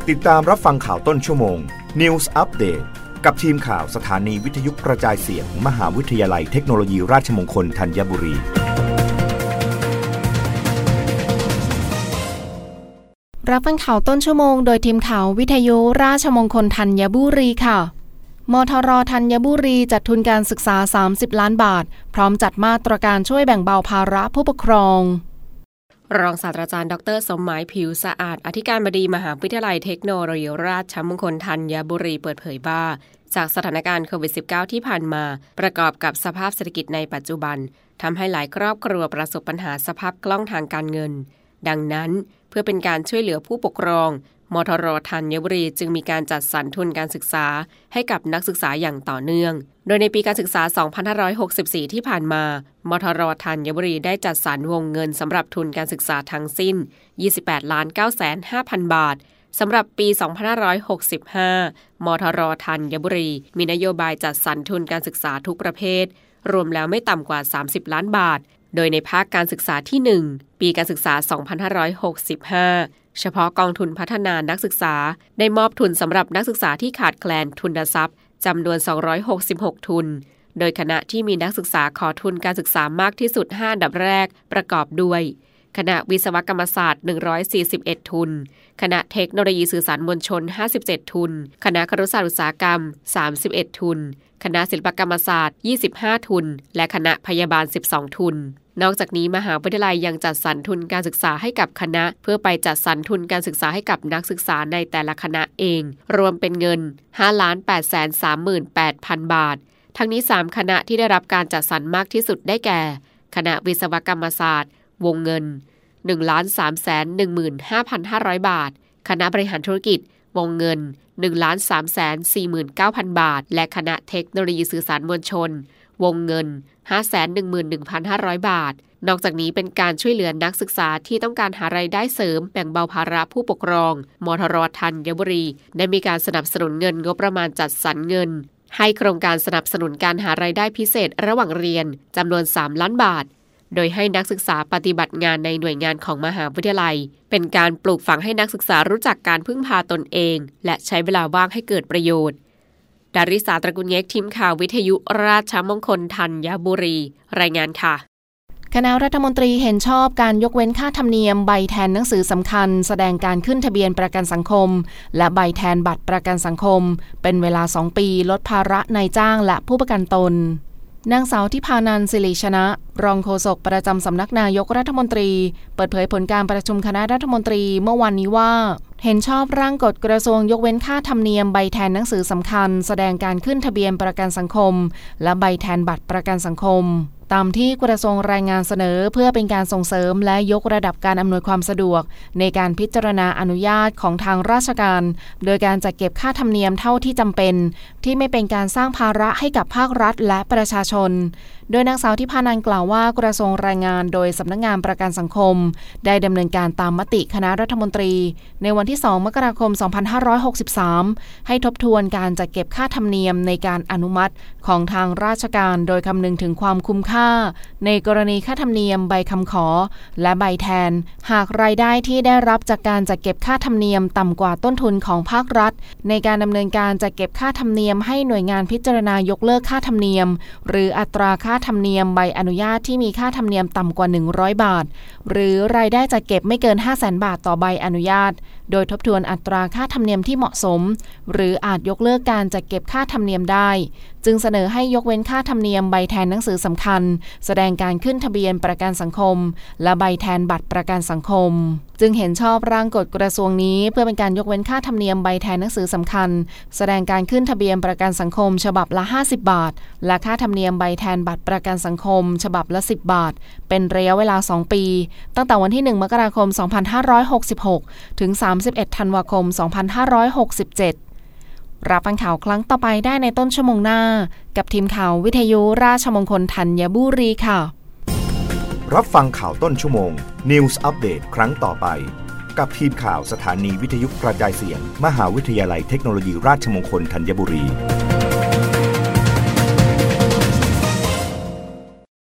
ติดตามรับฟังข่าวต้นชั่วโมง News Update กับทีมข่าวสถานีวิทยุกระจายเสียง มหาวิทยาลัยเทคโนโลยีราชมงคลธัญบุรีรับฟังข่าวต้นชั่วโมงโดยทีมข่าววิทยุราชมงคลธัญบุรีค่ะมทร.ธัญบุรีจัดทุนการศึกษา30ล้านบาทพร้อมจัดมาตรการช่วยแบ่งเบาภาระผู้ปกครองรองศาสตราจารย์ดร.สมหมายผิวสะอาดอธิการบดีมหาวิทยาลัยเทคโนโลยีราชมงคลธัญบุรีเปิดเผยว่าจากสถานการณ์โควิด -19 ที่ผ่านมาประกอบกับสภาพเศรษฐกิจในปัจจุบันทำให้หลายครอบครัวประสบปัญหาสภาพคล่องทางการเงินดังนั้นเพื่อเป็นการช่วยเหลือผู้ปกครองมทร.ธัญบุรีจึงมีการจัดสรรทุนการศึกษาให้กับนักศึกษาอย่างต่อเนื่องโดยในปีการศึกษา 2564 ที่ผ่านมามทร.ธัญบุรีได้จัดสรรวงเงินสำหรับทุนการศึกษาทั้งสิ้น 28,905,000 บาทสำหรับปี 2565 มทร.ธัญบุรีมีนโยบายจัดสรรทุนการศึกษาทุกประเภทรวมแล้วไม่ต่ำกว่า 30 ล้านบาทโดยในภาคการศึกษาที่ 1 ปีการศึกษา 2565 เฉพาะกองทุนพัฒนานักศึกษาได้มอบทุนสำหรับนักศึกษาที่ขาดแคลนทุนทรัพย์จำนวน 266 ทุนโดยคณะที่มีนักศึกษาขอทุนการศึกษามากที่สุด 5 อันดับแรกประกอบด้วยคณะวิศวกรรมศาสตร์141ทุนคณะเทคโนโลยีสื่อสารมวลชน57ทุนคณะครุศาสตร์อุตสาหกรรม31ทุนคณะศิลปกรรมศาสตร์25ทุนและคณะพยาบาล12ทุนนอกจากนี้มหาวิทยาลัยยังจัดสรรทุนการศึกษาให้กับคณะเพื่อไปจัดสรรทุนการศึกษาให้กับนักศึกษาในแต่ละคณะเองรวมเป็นเงิน 5,838,000 บาททั้งนี้3คณะที่ได้รับการจัดสรรมากที่สุดได้แก่คณะวิศวกรรมศาสตร์วงเงิน 1,315,500 บาทคณะบริหารธุรกิจวงเงิน 1,349,000 บาทและคณะเทคโนโลยีสื่อสารมวลชนวงเงิน 511,500 บาทนอกจากนี้เป็นการช่วยเหลือนักศึกษาที่ต้องการหารายได้เสริมแบ่งเบาภาระผู้ปกครองมทร.ธัญบุรีได้มีการสนับสนุนเงินงบประมาณจัดสรรเงินให้โครงการสนับสนุนการหารายได้พิเศษระหว่างเรียนจำนวน3ล้านบาทโดยให้นักศึกษาปฏิบัติงานในหน่วยงานของมหาวิทยาลัยเป็นการปลูกฝังให้นักศึกษารู้จักการพึ่งพาตนเองและใช้เวลาว่างให้เกิดประโยชน์ดาริสาตระกูลเง็กทีมข่าววิทยุราชมงคลธัญบุรีรายงานค่ะคณะรัฐมนตรีเห็นชอบการยกเว้นค่าธรรมเนียมใบแทนหนังสือสำคัญแสดงการขึ้นทะเบียนประกันสังคมและใบแทนบัตรประกันสังคมเป็นเวลา2ปีลดภาระนายจ้างและผู้ประกันตนนางสาวทิพานันท์ สิริชนะรองโฆษกประจำสำนักนายกรัฐมนตรีเปิดเผยผลการประชุมคณะรัฐมนตรีเมื่อวันนี้ว่าเห็นชอบร่างกฎกระทรวงยกเว้นค่าธรรมเนียมใบแทนหนังสือสำคัญแสดงการขึ้นทะเบียนประกันสังคมและใบแทนบัตรประกันสังคมตามที่กระทรวงแรงงานเสนอเพื่อเป็นการส่งเสริมและยกระดับการอำนวยความสะดวกในการพิจารณาอนุญาตของทางราชการโดยการจัดเก็บค่าธรรมเนียมเท่าที่จำเป็นที่ไม่เป็นการสร้างภาระให้กับภาครัฐและประชาชนโดยนางสาวทิพานันท์กล่าวว่ากระทรวงแรงงานโดยสำนักงานประกันสังคมได้ดำเนินการตามมติคณะรัฐมนตรีในวันที่2 มกราคม 2563ให้ทบทวนการจัดเก็บค่าธรรมเนียมในการอนุมัติของทางราชการโดยคำนึงถึงความคุ้มค่าในกรณีค่าธรรมเนียมใบคำขอและใบแทนหากรายได้ที่ได้รับจากการจัดเก็บค่าธรรมเนียมต่ำกว่าต้นทุนของภาครัฐในการดำเนินการจัดเก็บค่าธรรมเนียมให้หน่วยงานพิจารณายกเลิกค่าธรรมเนียมหรืออัตราค่าธรรมเนียมใบอนุญาตที่มีค่าธรรมเนียมต่ำกว่า100 บาทหรือรายได้จัดเก็บไม่เกิน 500,000 บาทต่อใบอนุญาตโดยทบทวนอัตราค่าธรรมเนียมที่เหมาะสมหรืออาจยกเลิกการจัดเก็บค่าธรรมเนียมได้จึงเสนอให้ยกเว้นค่าธรรมเนียมใบแทนหนังสือสำคัญแสดงการขึ้นทะเบียนประกันสังคมและใบแทนบัตรประกันสังคมจึงเห็นชอบร่างกฎกระทรวงนี้เพื่อเป็นการยกเว้นค่าธรรมเนียมใบแทนหนังสือสำคัญแสดงการขึ้นทะเบียนประกันสังคมฉบับละ50 บาทและค่าธรรมเนียมใบแทนบัตรประกันสังคมฉบับละ10 บาทเป็นระยะเวลา2 ปีตั้งแต่วันที่1 มกราคม 2566ถึง31 ธันวาคม 2567รับฟังข่าวครั้งต่อไปได้ในต้นชั่วโมงหน้ากับทีมข่าววิทยุราชมงคลธัญบุรีค่ะรับฟังข่าวต้นชั่วโมง News Update ครั้งต่อไปกับทีมข่าวสถานีวิทยุกระจายเสียงมหาวิทยาลัยเทคโนโลยีราชมงคลธัญบุรี